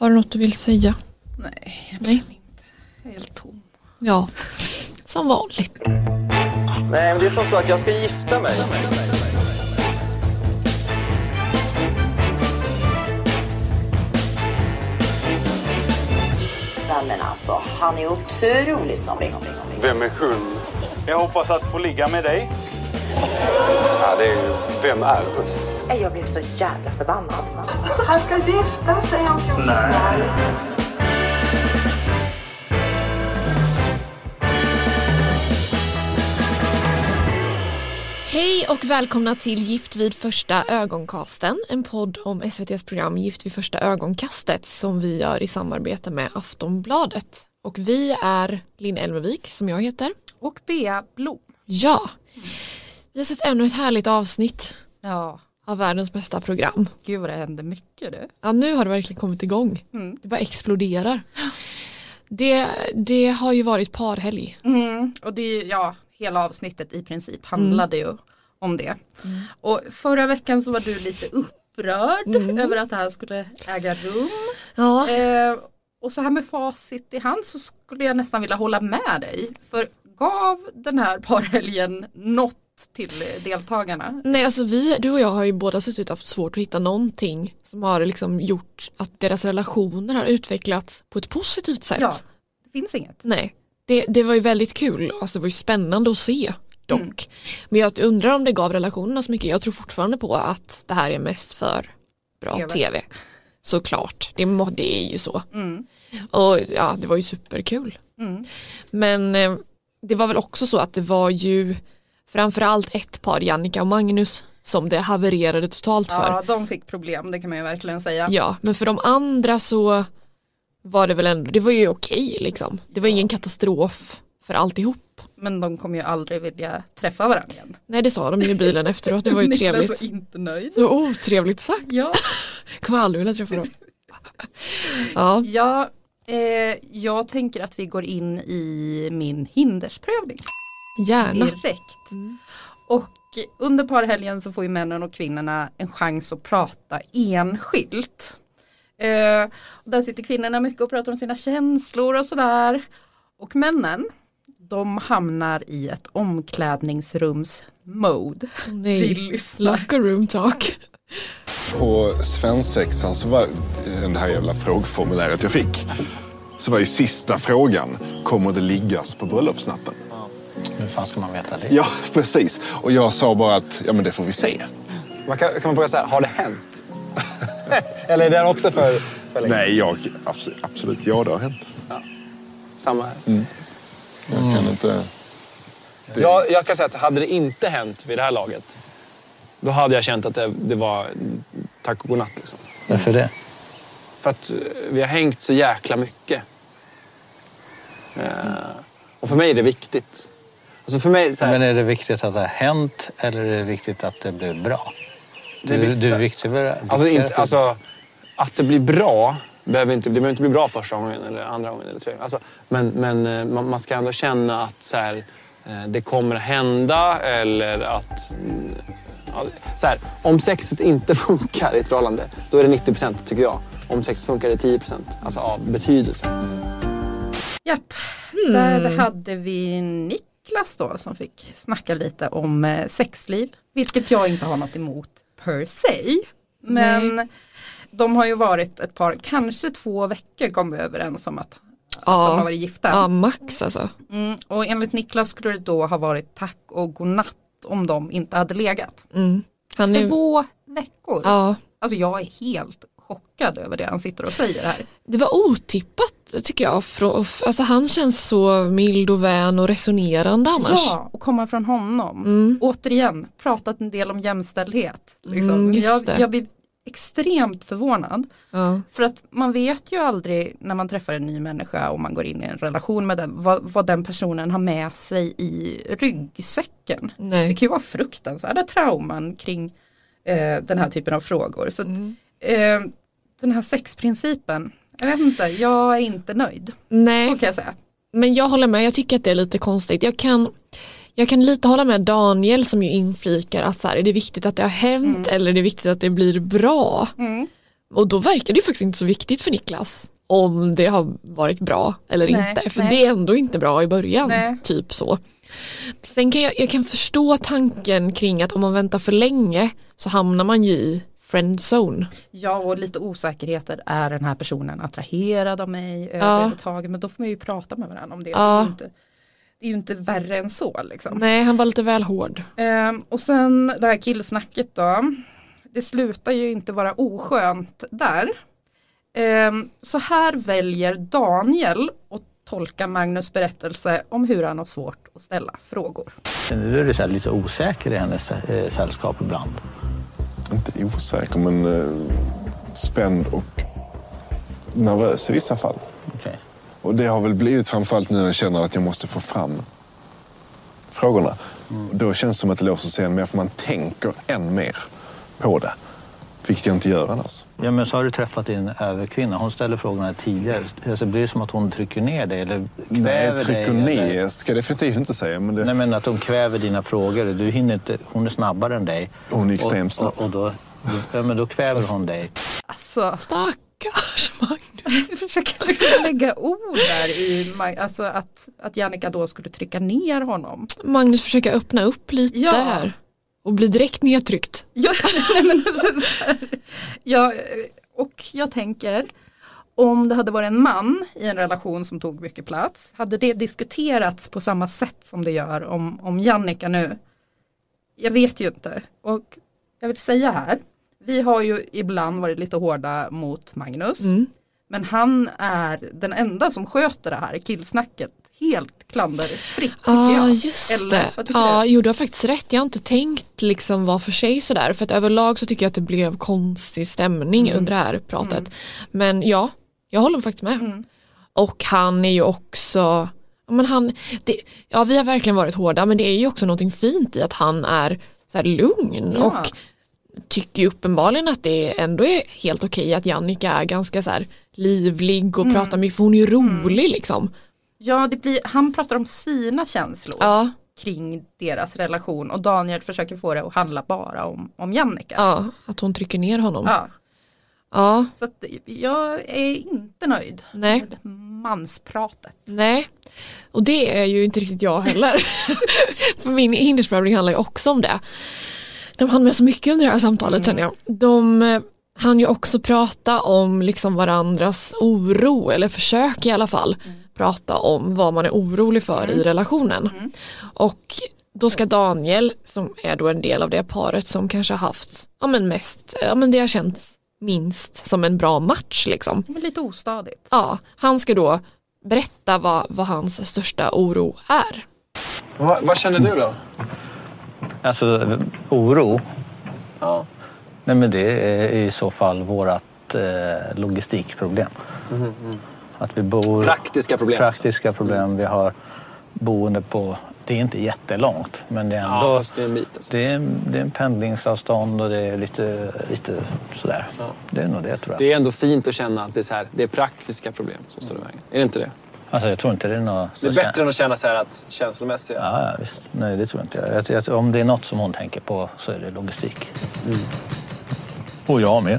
Har du något du vill säga? Nej, inte. Jag är helt tom. Ja, som vanligt. Nej, men det är som så att jag ska gifta mig. Men alltså, han är otroligt snobbig. Vem är hon? Jag hoppas att få ligga med dig. Ja, det är ju... Vem är hon? Jag blev så jävla förbannad. Han ska gifta sig om 14 år. Hej och välkomna till Gift vid första ögonkasten, en podd om SVT:s program Gift vid första ögonkastet som vi gör i samarbete med Aftonbladet. Och vi är Linn Elmervik, som jag heter. Och Bea Blom. Ja, vi har sett ännu ett härligt avsnitt av världens bästa program. Gud vad det händer mycket du. Ja, nu har det verkligen kommit igång. Det bara exploderar. Det har ju varit parhelg. Och det hela avsnittet i princip handlade ju om det. Och förra veckan så var du lite upprörd över att det här skulle äga rum. Ja. Och så här med facit i hand så skulle jag nästan vilja hålla med dig. För gav den här parhelgen något till deltagarna? Nej, alltså du och jag har ju båda suttit och haft svårt att hitta någonting som har liksom gjort att deras relationer har utvecklats på ett positivt sätt. Ja, det finns inget. Nej, det var ju väldigt kul. Alltså det var ju spännande att se dock. Men jag undrar om det gav relationerna så mycket. Jag tror fortfarande på att det här är mest för bra TV. Såklart, det är ju så. Och ja, det var ju superkul. Men det var väl också så att det var ju framförallt ett par, Jannica och Magnus, som det havererade totalt för. Ja, de fick problem, det kan man ju verkligen säga. Ja, men för de andra så var det väl ändå, det var ju okej liksom. Det var ingen katastrof för alltihop. Men de kommer ju aldrig vilja träffa varandra igen. Nej, det sa de i bilen efteråt, det var ju trevligt. Niklas var inte nöjd. Så otrevligt sagt. Ja. Kommer aldrig vilja träffa dem. Jag tänker att vi går in i min hindersprövning. Gärna. Direkt. Och under parhelgen så får ju männen och kvinnorna en chans att prata enskilt. Och där sitter kvinnorna mycket och pratar om sina känslor och sådär. Och männen, de hamnar i ett omklädningsrums-mode. Nej, locker room talk. På svensexan så var det här jävla frågformuläret jag fick. Så var ju sista frågan, kommer det liggas på bröllopsnatten? Hur fan ska man veta det? Ja, precis. Och jag sa bara att, ja men det får vi se. Kan man fråga så här, har det hänt? Eller är det också för Nej, absolut, ja det har hänt. Ja. Samma här. Jag kan inte... Jag kan säga att hade det inte hänt vid det här laget, då hade jag känt att det var tack och godnatt liksom. Varför det? För att vi har hängt så jäkla mycket. Och för mig är det viktigt. Alltså för mig, så här, men är det viktigt att det har hänt eller är det viktigt att det blir bra? Du är viktig för att det blir bra behöver inte bli bra första gången eller andra gången eller tredje. Alltså, men man ska ändå känna att så här, det kommer att hända eller att så här, om sexet inte funkar i ett förhållande, då är det 90% tycker jag. Om sexet funkar är det 10% alltså av betydelse. Japp, där hade vi Niklas då som fick snacka lite om sexliv, vilket jag inte har något emot per se. Men de har ju varit ett par, kanske 2 veckor kom vi överens om att de har varit gifta. Ja, max alltså. Och enligt Niklas skulle det då ha varit tack och godnatt om de inte hade legat. 2 veckor. Ja. Alltså jag är helt chockad över det han sitter och säger här. Det var otippat tycker jag. Alltså han känns så mild och vän och resonerande annars. Ja, och komma från honom. Återigen, pratat en del om jämställdhet. Liksom. Jag blir extremt förvånad. Ja. För att man vet ju aldrig när man träffar en ny människa och man går in i en relation med den, vad den personen har med sig i ryggsäcken. Nej. Det kan ju vara fruktansvärda trauman kring den här typen av frågor. Så den här sexprincipen, jag vet inte, jag är inte nöjd. Nej. Så kan jag säga. Men jag håller med, jag tycker att det är lite konstigt. Jag kan lite hålla med Daniel som ju inflikar att så här, är det viktigt att det har hänt eller är det viktigt att det blir bra? Och då verkar det ju faktiskt inte så viktigt för Niklas om det har varit bra eller inte. För det är ändå inte bra i början, typ så. Sen kan jag kan förstå tanken kring att om man väntar för länge så hamnar man ju i friendzone. Ja, och lite osäkerheter. Är den här personen attraherad av mig överhuvudtaget? Men då får man ju prata med varandra om det. Det är ju inte värre än så liksom. Nej, han var lite väl hård. Och sen det här killsnacket då. Det slutar ju inte vara oskönt där. Så här väljer Daniel att tolka Magnus berättelse om hur han har svårt att ställa frågor. Nu är det så här lite osäker i hennes sällskap ibland. Inte osäker, men spänd och nervös i vissa fall. Okay. Och det har väl blivit framförallt nu när jag känner att jag måste få fram frågorna. Då känns det som att det låser sig än mer, för man tänker än mer på det. Vilket jag inte gör annars. Ja, men så har du träffat din överkvinna. Hon ställer frågorna tidigare. Alltså, blir det som att hon trycker ner dig eller kväver dig? Trycker ner eller? Ska jag definitivt inte säga. Men det... Nej, men att hon kväver dina frågor. Du hinner inte, hon är snabbare än dig. Hon är extremt snabb. Och då kväver hon dig. Alltså, stackars Magnus. Jag försöker liksom lägga ord där i, alltså att Jannica då skulle trycka ner honom. Magnus försöker öppna upp lite här. Och blir direkt nedtryckt. Och jag tänker, om det hade varit en man i en relation som tog mycket plats, hade det diskuterats på samma sätt som det gör om Jannica nu? Jag vet ju inte. Och jag vill säga här, vi har ju ibland varit lite hårda mot Magnus. Men han är den enda som sköter det här killsnacket helt klanderfritt, tycker jag. Just det. Jo, du har faktiskt rätt. Jag har inte tänkt liksom var för sig sådär. För att överlag så tycker jag att det blev konstig stämning under det här pratet. Men ja, jag håller faktiskt med. Och han är ju också... vi har verkligen varit hårda, men det är ju också någonting fint i att han är så här lugn och tycker ju uppenbarligen att det ändå är helt okej att Jannica är ganska så här livlig och pratar mycket, för hon är ju rolig liksom. Ja, han pratar om sina känslor kring deras relation, och Daniel försöker få det att handla bara om Jannica. Ja, att hon trycker ner honom. Ja. Så att jag är inte nöjd med manspratet. Nej, och det är ju inte riktigt jag heller. För min hindersprövning handlar ju också om det. De hann med så mycket under det här samtalet känner jag. De hann ju också prata om liksom varandras oro, eller försök i alla fall prata om vad man är orolig för i relationen. Och då ska Daniel, som är då en del av det paret som kanske har haft det har känts minst som en bra match liksom. Lite ostadigt. Ja, han ska då berätta vad hans största oro är. Vad känner du då? Alltså oro? Ja. Nej, men det är i så fall vårat logistikproblem. Att vi bor... Praktiska problem. Vi har boende på... Det är inte jättelångt, men det är ändå... Ja, fast det är en bit. Alltså. Det är en pendlingsavstånd och det är lite sådär. Ja. Det är nog det, tror jag. Det är ändå fint att känna att det är praktiska problem som står i vägen. Är det inte det? Alltså jag tror inte det är något... Det är bättre än att känna så här att känslomässiga... Ja, visst. Nej, det tror inte jag. Om det är något som hon tänker på så är det logistik. Och jag med.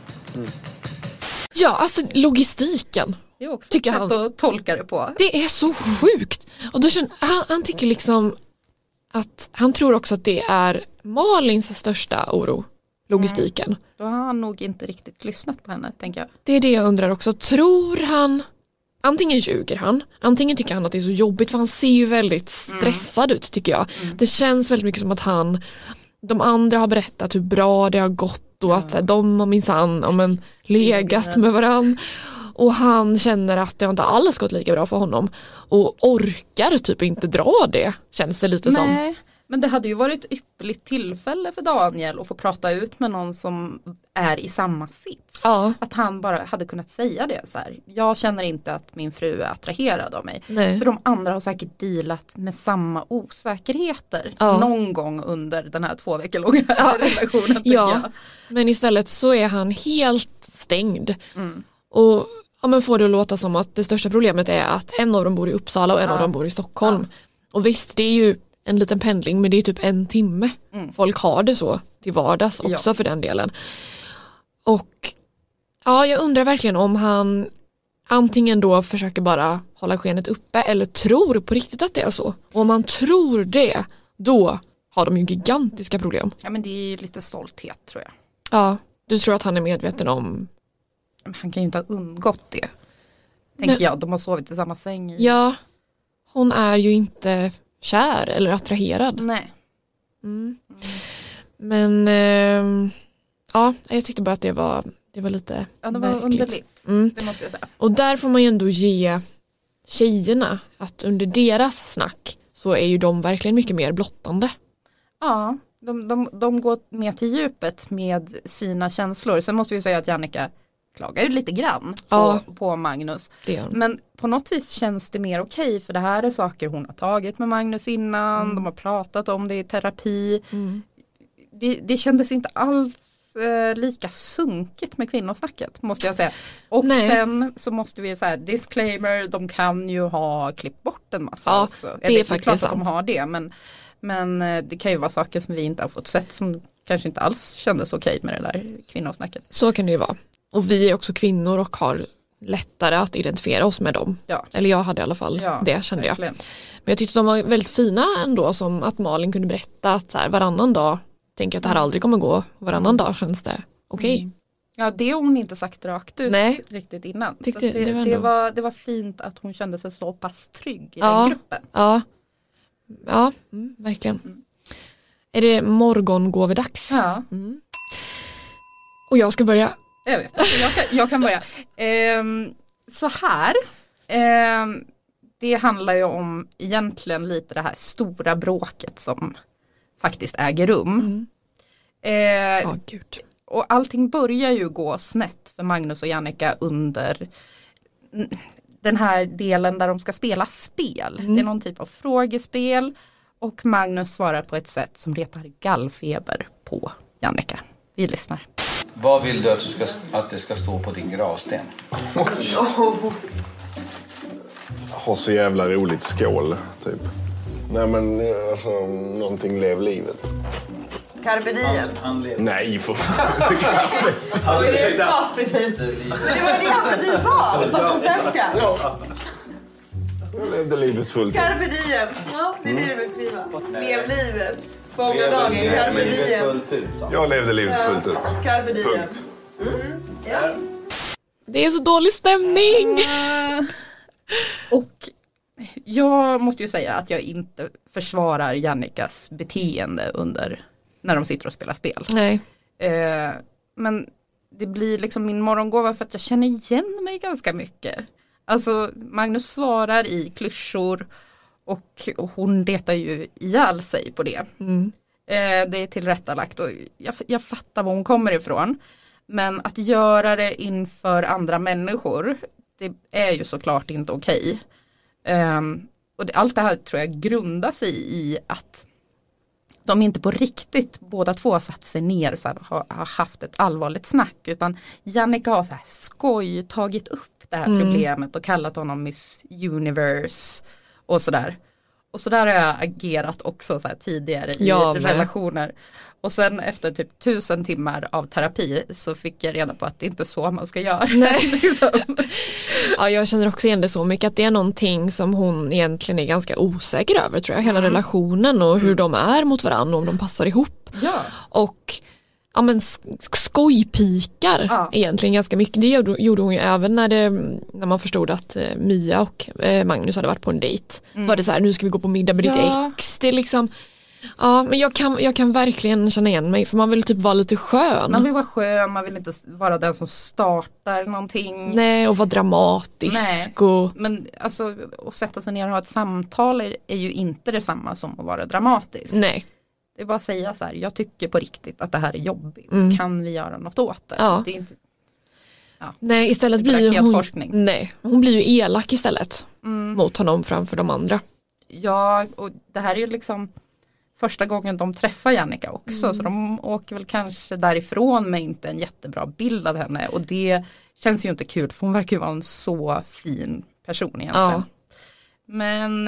Ja, alltså logistiken. Det är också tycker han att tolka det på. Det är så sjukt. Och då känner han tycker liksom att han tror också att det är Malins största oro, logistiken. Då har han nog inte riktigt lyssnat på henne, tänker jag. Det är det jag undrar också. Tror han, antingen ljuger han, antingen tycker han att det är så jobbigt, för han ser ju väldigt stressad ut, tycker jag. Det känns väldigt mycket som att de andra har berättat hur bra det har gått och att de har minsann legat med varann. Och han känner att det inte alls gått lika bra för honom. Och orkar typ inte dra det, känns det lite som. Nej, men det hade ju varit ett ypperligt tillfälle för Daniel att få prata ut med någon som är i samma sits. Ja. Att han bara hade kunnat säga det så här. Jag känner inte att min fru är attraherad av mig. Nej. För de andra har säkert dealat med samma osäkerheter någon gång under den här 2 veckor långa relationen. Ja, men istället så är han helt stängd. Och men får det att låta som att det största problemet är att en av dem bor i Uppsala och en av dem bor i Stockholm. Och visst, det är ju en liten pendling, men det är typ 1 timme. Folk har det så till vardags också för den delen. Och Ja, jag undrar verkligen om han antingen då försöker bara hålla skenet uppe eller tror på riktigt att det är så. Och om man tror det, då har de ju gigantiska problem. Ja, men det är ju lite stolthet, tror jag. Ja, du tror att han är medveten om... Han kan ju inte ha undgått det. Tänker jag, de har sovit i samma säng. Ja, hon är ju inte kär eller attraherad. Nej. Men ja, jag tyckte bara att det var lite Ja, det var märkligt. underligt. Det måste jag säga. Och där får man ju ändå ge tjejerna att under deras snack så är ju de verkligen mycket mer blottande. Ja, de går mer till djupet med sina känslor. Sen måste vi säga att Jannica klagar ju lite grann på Magnus. Men på något vis känns det mer okej, för det här är saker hon har tagit med Magnus innan. De har pratat om det i terapi. Det kändes inte alls lika sunkigt med kvinnosnacket, måste jag säga. Och sen så måste vi säga disclaimer, de kan ju ha klippt bort en massa också. Det är faktiskt klart sant. att de har det, men det kan ju vara saker som vi inte har fått sett som kanske inte alls kändes okej med det där kvinnosnacket. Så kan det ju vara. Och vi är också kvinnor och har lättare att identifiera oss med dem. Ja. Eller jag hade i alla fall det, kände verkligen. jag. Men jag tyckte de var väldigt fina ändå, som att Malin kunde berätta att så här, varannan dag tänker jag att det här aldrig kommer gå. Varannan dag känns det okej. Ja, det har hon inte sagt rakt ut riktigt innan. Så det var fint att hon kände sig så pass trygg i den gruppen. Ja, verkligen. Är det morgongåvedags? Ja. Och jag ska börja. Jag vet, jag kan börja. Så här. Det handlar ju om egentligen lite det här stora bråket som faktiskt äger rum. Gud. Och allting börjar ju gå snett för Magnus och Jannica under den här delen där de ska spela spel. Det är någon typ av frågespel och Magnus svarar på ett sätt som retar gallfeber på Jannica. Vi lyssnar. Vad vill du att det ska stå på din gravsten? Ha så jävla roligt, skål, typ. Nej, men alltså, någonting lev livet. Carpe diem. Nej, för fan. Men det var det jag precis sa, fast på svenska. Jag levde livet fullt. Carpe diem. Ja, det är det du vill skriva. Lev livet. Fånga dagen. Carpe diem. Jag levde livet fullt ut. Carpe diem. Ja. Det är så dålig stämning. Och jag måste ju säga att jag inte försvarar Jannicas beteende när de sitter och spelar spel. Nej. Men det blir liksom min morgongåva för att jag känner igen mig ganska mycket. Alltså Magnus svarar i klyschor och hon retar ju ihjäl sig på det. Det är tillrättalagt och jag fattar var hon kommer ifrån. Men att göra det inför andra människor, det är ju såklart inte okej. Och allt det här tror jag grundar sig i att de inte på riktigt båda två satt sig ner så här, har haft ett allvarligt snack, utan Jannica har så här skoj tagit upp det här problemet och kallat honom Miss Universe och sådär. Och så där har jag agerat också så här tidigare i relationer. Och sen efter typ 1000 timmar av terapi så fick jag reda på att det inte är så man ska göra. Liksom. Ja, jag känner också igen det så mycket att det är någonting som hon egentligen är ganska osäker över, tror jag. Hela relationen och hur de är mot varandra och om de passar ihop. Ja. Och ja, men skojpikar egentligen ganska mycket. Det gjorde hon ju även när man förstod att Mia och Magnus hade varit på en dejt. Var det så här, nu ska vi gå på middag med ditt ex. Det är liksom, ja, men jag kan verkligen känna igen mig, för man vill typ vara lite skön. Man vill vara skön, man vill inte vara den som startar någonting. Nej, och vara dramatisk. Nej. Men alltså, att sätta sig ner och ha ett samtal är ju inte detsamma som att vara dramatisk. Nej. Det är bara att säga så här, jag tycker på riktigt att det här är jobbigt. Kan vi göra något åt det? Ja. Det är inte, nej, istället blir hon blir ju elak istället mot honom framför de andra. Ja, och det här är ju liksom första gången de träffar Jannica också, så de åker väl kanske därifrån med inte en jättebra bild av henne, och det känns ju inte kul, för hon verkar ju vara en så fin person egentligen. Ja. Men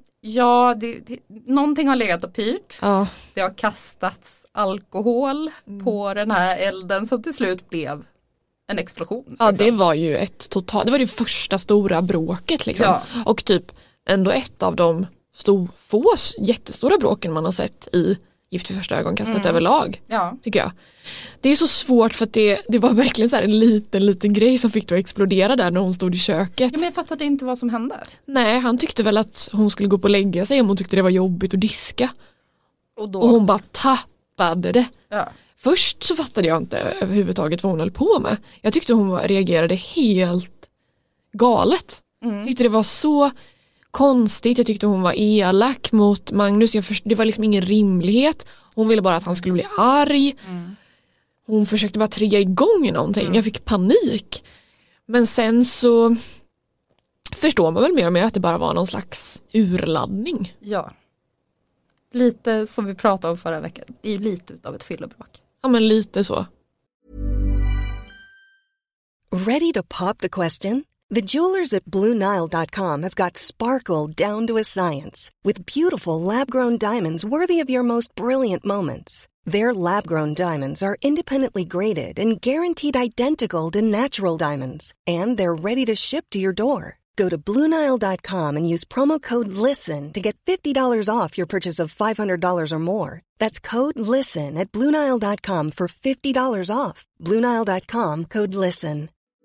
någonting har legat och pyrt. Ja. Det har kastats alkohol på den här elden som till slut blev en explosion. Ja, liksom. det var ju det var det första stora bråket liksom. Ja. Och typ ändå ett av de få jättestora bråken man har sett i Gift vid första ögonkastet överlag, tycker jag. Det är så svårt för att det var verkligen så här en liten grej som fick det att explodera där när hon stod i köket. Ja, men jag fattade inte vad som hände. Nej, han tyckte väl att hon skulle gå upp och lägga sig om hon tyckte det var jobbigt att diska. Och hon bara tappade det. Ja. Först så fattade jag inte överhuvudtaget vad hon höll på med. Jag tyckte hon reagerade helt galet. Jag tyckte det var så konstigt. Jag tyckte hon var elak mot Magnus. Det var liksom ingen rimlighet. Hon ville bara att han skulle bli arg. Hon försökte bara trigga igång någonting. Jag fick panik. Men sen så förstår man väl mer och mer att det bara var någon slags urladdning. Ja. Lite som vi pratade om förra veckan. Det är ju lite utav ett fyllebråk. Ja, men lite så. Ready to pop the question? The jewelers at BlueNile.com have got sparkle down to a science with beautiful lab-grown diamonds worthy of your most brilliant moments. Their lab-grown diamonds are independently graded and guaranteed identical to natural diamonds, and they're ready to ship to your door. Go to BlueNile.com and use promo code LISTEN to get $50 off your purchase of $500 or more. That's code LISTEN at BlueNile.com for $50 off. BlueNile.com, code LISTEN.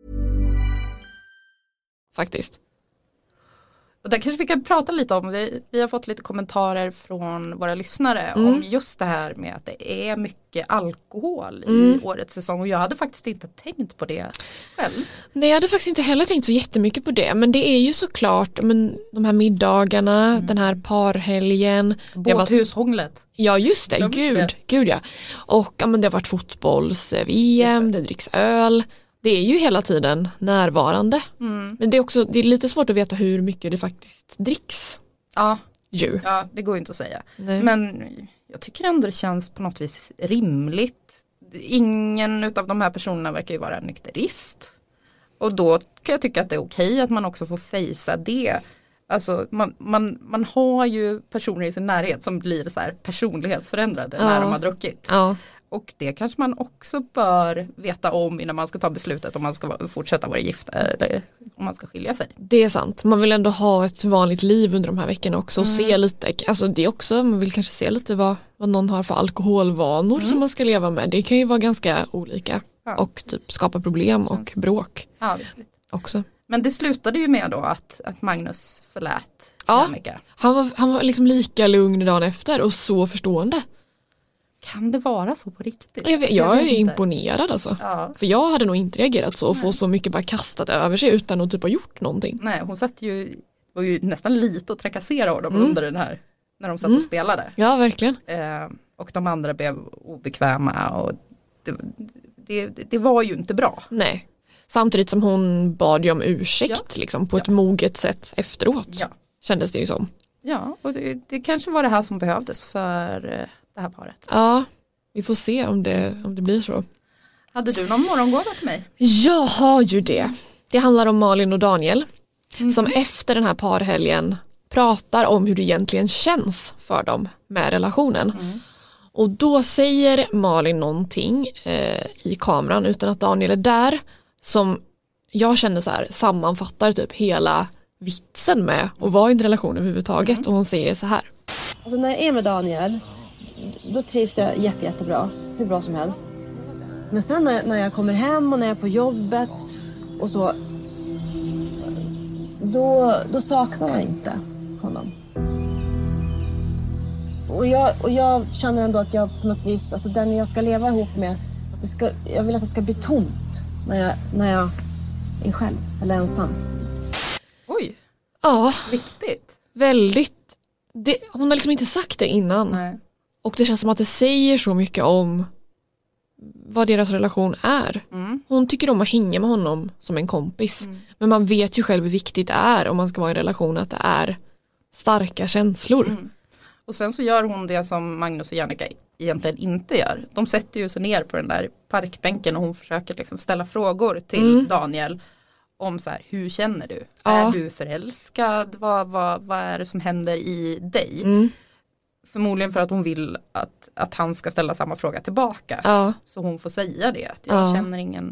Faktiskt. Och där kanske vi kan prata lite om, vi har fått lite kommentarer från våra lyssnare om just det här med att det är mycket alkohol i årets säsong. Och jag hade faktiskt inte tänkt på det själv. Nej, jag hade faktiskt inte heller tänkt så jättemycket på det. Men det är ju såklart de här middagarna, den här parhelgen. Båthushånglet. Ja, just det. Gud ja. Och ja, men det har varit fotbolls-VM, det dricks öl. Det är ju hela tiden närvarande. Men det är lite svårt att veta hur mycket det faktiskt dricks. Ja, ju. Ja, det går inte att säga. Nej. Men jag tycker ändå det känns på något vis rimligt. Ingen av de här personerna verkar ju vara nykterist. Och då kan jag tycka att det är okej att man också får fejsa det. Alltså man har ju personer i sin närhet som blir så här personlighetsförändrade när de har druckit. Ja. Och det kanske man också bör veta om innan man ska ta beslutet om man ska fortsätta vara gifta eller om man ska skilja sig. Det är sant. Man vill ändå ha ett vanligt liv under de här veckorna också och se lite, alltså det också, man vill kanske se lite vad någon har för alkoholvanor som man ska leva med. Det kan ju vara ganska olika och typ skapa problem och bråk också. Men det slutade ju med då att Magnus förlät Jannica. Han var liksom lika lugn dagen efter och så förstående. Kan det vara så på riktigt? Jag är imponerad alltså. Ja. För jag hade nog inte reagerat så och få så mycket bara kastat över sig utan att typ ha gjort någonting. Nej, hon var ju nästan lite att trakassera honom under den här, när de satt och spelade. Ja, verkligen. Och de andra blev obekväma och det var ju inte bra. Nej. Samtidigt som hon bad ju om ursäkt liksom, på ett moget sätt efteråt. Ja. Kändes det ju som. Ja, och det kanske var det här som behövdes för det här paret. Ja, vi får se om det blir så. Hade du någon morgongåva till mig? Jag har ju det. Det handlar om Malin och Daniel som efter den här parhelgen pratar om hur det egentligen känns för dem med relationen. Och då säger Malin någonting i kameran utan att Daniel är där som jag känner så här sammanfattar typ hela vitsen med att vara i en relation överhuvudtaget och hon säger så här. Alltså när jag är med Daniel då trivs jag jättebra, hur bra som helst. Men sen när jag kommer hem och när jag är på jobbet och så då saknar jag inte honom. Och jag känner ändå att jag på något vis, alltså den jag ska leva ihop med, jag vill att det ska bli tomt när jag är själv eller ensam. Oj. Ja. Viktigt. Väldigt. Hon har liksom inte sagt det innan. Nej. Och det känns som att det säger så mycket om vad deras relation är. Hon tycker om att hänga med honom som en kompis. Men man vet ju själv hur viktigt det är om man ska vara i en relation att det är starka känslor. Och sen så gör hon det som Magnus och Jannica egentligen inte gör. De sätter ju sig ner på den där parkbänken och hon försöker liksom ställa frågor till Daniel om så här, hur känner du? Är du förälskad? Vad är det som händer i dig? Förmodligen för att hon vill att han ska ställa samma fråga tillbaka. Så hon får säga det. Att jag känner ingen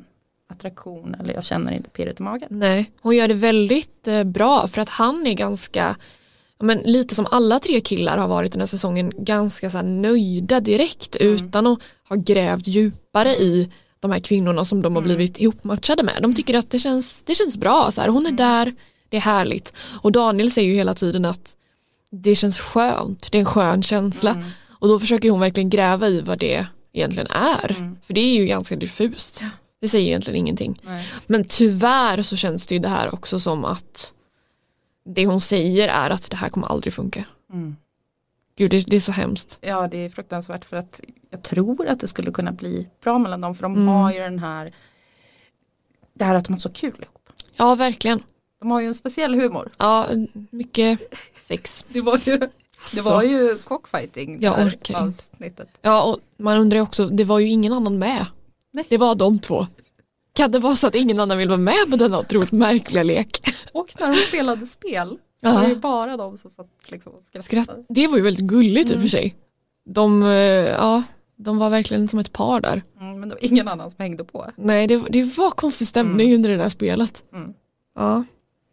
attraktion eller jag känner inte pirret i magen. Nej, hon gör det väldigt bra för att han är ganska, men lite som alla 3 killar har varit den här säsongen, ganska så här nöjda direkt utan att ha grävt djupare i de här kvinnorna som de har blivit ihopmatchade med. De tycker att det känns bra. Så här. Hon är där, det är härligt. Och Daniel säger ju hela tiden att det känns skönt, det är en skön känsla. Och då försöker hon verkligen gräva i vad det egentligen är. För det är ju ganska diffust. Det säger egentligen ingenting. Nej. Men tyvärr så känns det ju det här också som att det hon säger är att det här kommer aldrig funka. Gud, det är så hemskt. Ja, det är fruktansvärt för att jag tror att det skulle kunna bli bra mellan dem. För de har ju det här att de har så kul ihop. Ja, verkligen. De har ju en speciell humor. Ja, mycket sex. Det var ju cockfighting. Jag orkar avsnittet. Ja, och man undrar också, det var ju ingen annan med. Nej. Det var de 2. Kan det vara så att ingen annan vill vara med på denna otroligt märkliga lek? Och när de spelade spel så var det ju bara de som satt liksom och skrattade. Det var ju väldigt gulligt i och för sig. De var verkligen som ett par där. Men det var ingen annan som hängde på. Nej, det var konstig stämning under det där spelet. Ja.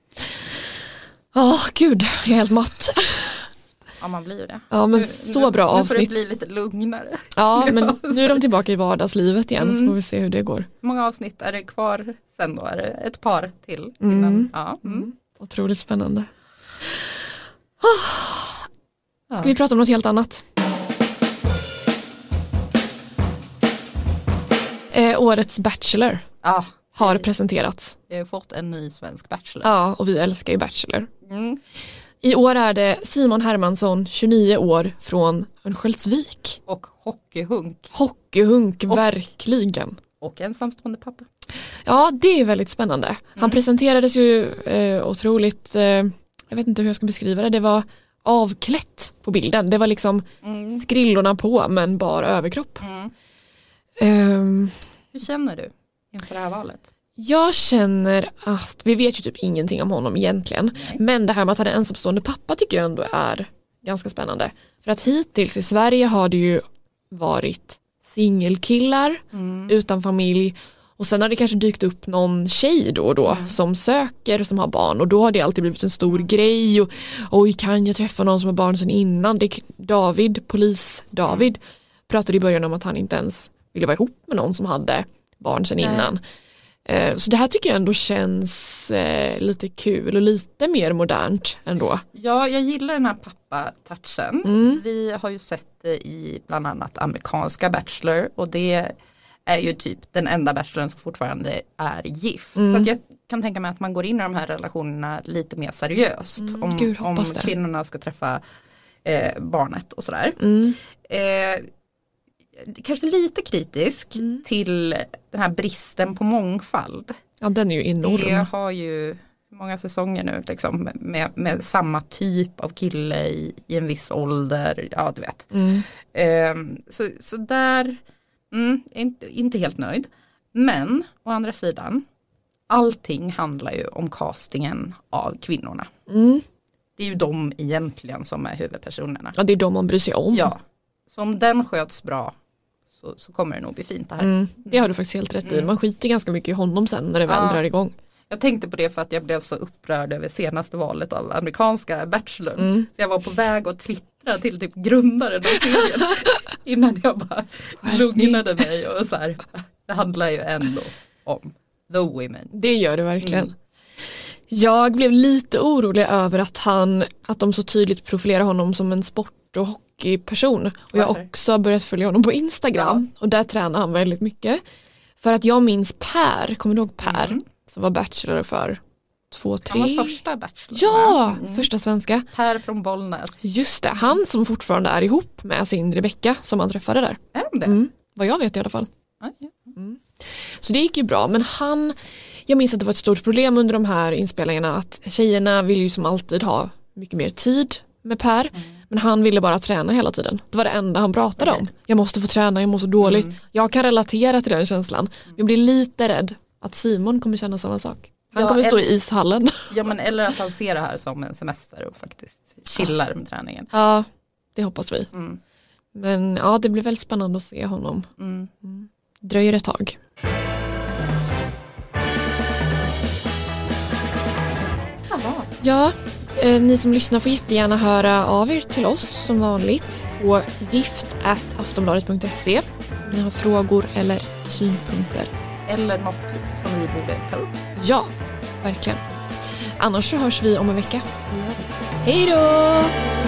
Gud, jag är helt matt. Ja, man blir ju det. Ja, men så bra avsnitt. Nu får det bli lite lugnare. Ja, men nu är de tillbaka i vardagslivet igen så får vi se hur det går. Hur många avsnitt är det kvar sen då? Är det ett par till? Innan? Ja. Otroligt spännande. Ska vi prata om något helt annat? Årets Bachelor har presenterats. Vi har fått en ny svensk Bachelor. Ja, och vi älskar ju Bachelor. I år är det Simon Hermansson, 29 år, från Örnsköldsvik. Och hockeyhunk. Hockeyhunk, verkligen. Och ensamstående pappa. Ja, det är väldigt spännande. Han presenterades ju otroligt, jag vet inte hur jag ska beskriva det. Det var avklätt på bilden. Det var liksom skrillorna på, men bara överkropp. Hur känner du inför det här valet? Jag känner att vi vet ju typ ingenting om honom egentligen. Nej. Men det här med att han är ensamstående pappa tycker jag ändå är ganska spännande. För att hittills i Sverige har det ju varit singelkillar utan familj. Och sen har det kanske dykt upp någon tjej då och då som söker, som har barn. Och då har det alltid blivit en stor grej. Och oj, kan jag träffa någon som har barn sedan innan? Polis David pratade i början om att han inte ens ville vara ihop med någon som hade barn sedan innan. Så det här tycker jag ändå känns lite kul och lite mer modernt ändå. Ja, jag gillar den här pappa-touchen. Vi har ju sett det i bland annat amerikanska Bachelor och det är ju typ den enda bacheloren som fortfarande är gift. Så att jag kan tänka mig att man går in i de här relationerna lite mer seriöst. Om kvinnorna ska träffa barnet och sådär. Kanske lite kritisk till den här bristen på mångfald. Ja, den är ju enorm. Det har ju många säsonger nu liksom, med samma typ av kille i en viss ålder. Ja, du vet. Så där inte helt nöjd. Men å andra sidan, allting handlar ju om castingen av kvinnorna. Det är ju de egentligen som är huvudpersonerna. Ja, det är de man bryr sig om. Ja, så om den sköts bra så kommer det nog bli fint det här. Det har du faktiskt helt rätt i. Man skiter ganska mycket i honom sen när det väl drar igång. Jag tänkte på det för att jag blev så upprörd över senaste valet av amerikanska Bachelor. Så jag var på väg att twittra till typ grundaren av serien innan jag bara lugnade mig och så här. Det handlar ju ändå om the women. Det gör det verkligen. Jag blev lite orolig över att de så tydligt profilerar honom som en sport- och hockeyperson. Och jag har också börjat följa honom på Instagram. Och där tränar han väldigt mycket. För att jag minns Per, kommer du ihåg Per? Som var bachelor för 2-3. Han var första bachelor. Ja, första svenska. Per från Bollnäs. Just det, han som fortfarande är ihop med sin Rebecca som han träffade där. Är de det? Vad jag vet i alla fall. Så det gick ju bra, men jag minns att det var ett stort problem under de här inspelningarna att tjejerna vill ju som alltid ha mycket mer tid med Per, men han ville bara träna hela tiden. Det var det enda han pratade om. Jag måste få träna, jag mår så dåligt. Jag kan relatera till den känslan. Jag blir lite rädd att Simon kommer känna samma sak. Han kommer stå i ishallen. Ja, men eller att han ser det här som en semester och faktiskt chillar med träningen. Ja, det hoppas vi. Men ja, det blir väldigt spännande att se honom. Dröjer ett tag. Ja, ni som lyssnar får jättegärna höra av er till oss som vanligt på gift@aftonbladet.se. Ni har frågor eller synpunkter. Eller något som vi borde ta upp. Ja, verkligen. Annars så hörs vi om en vecka. Hej då!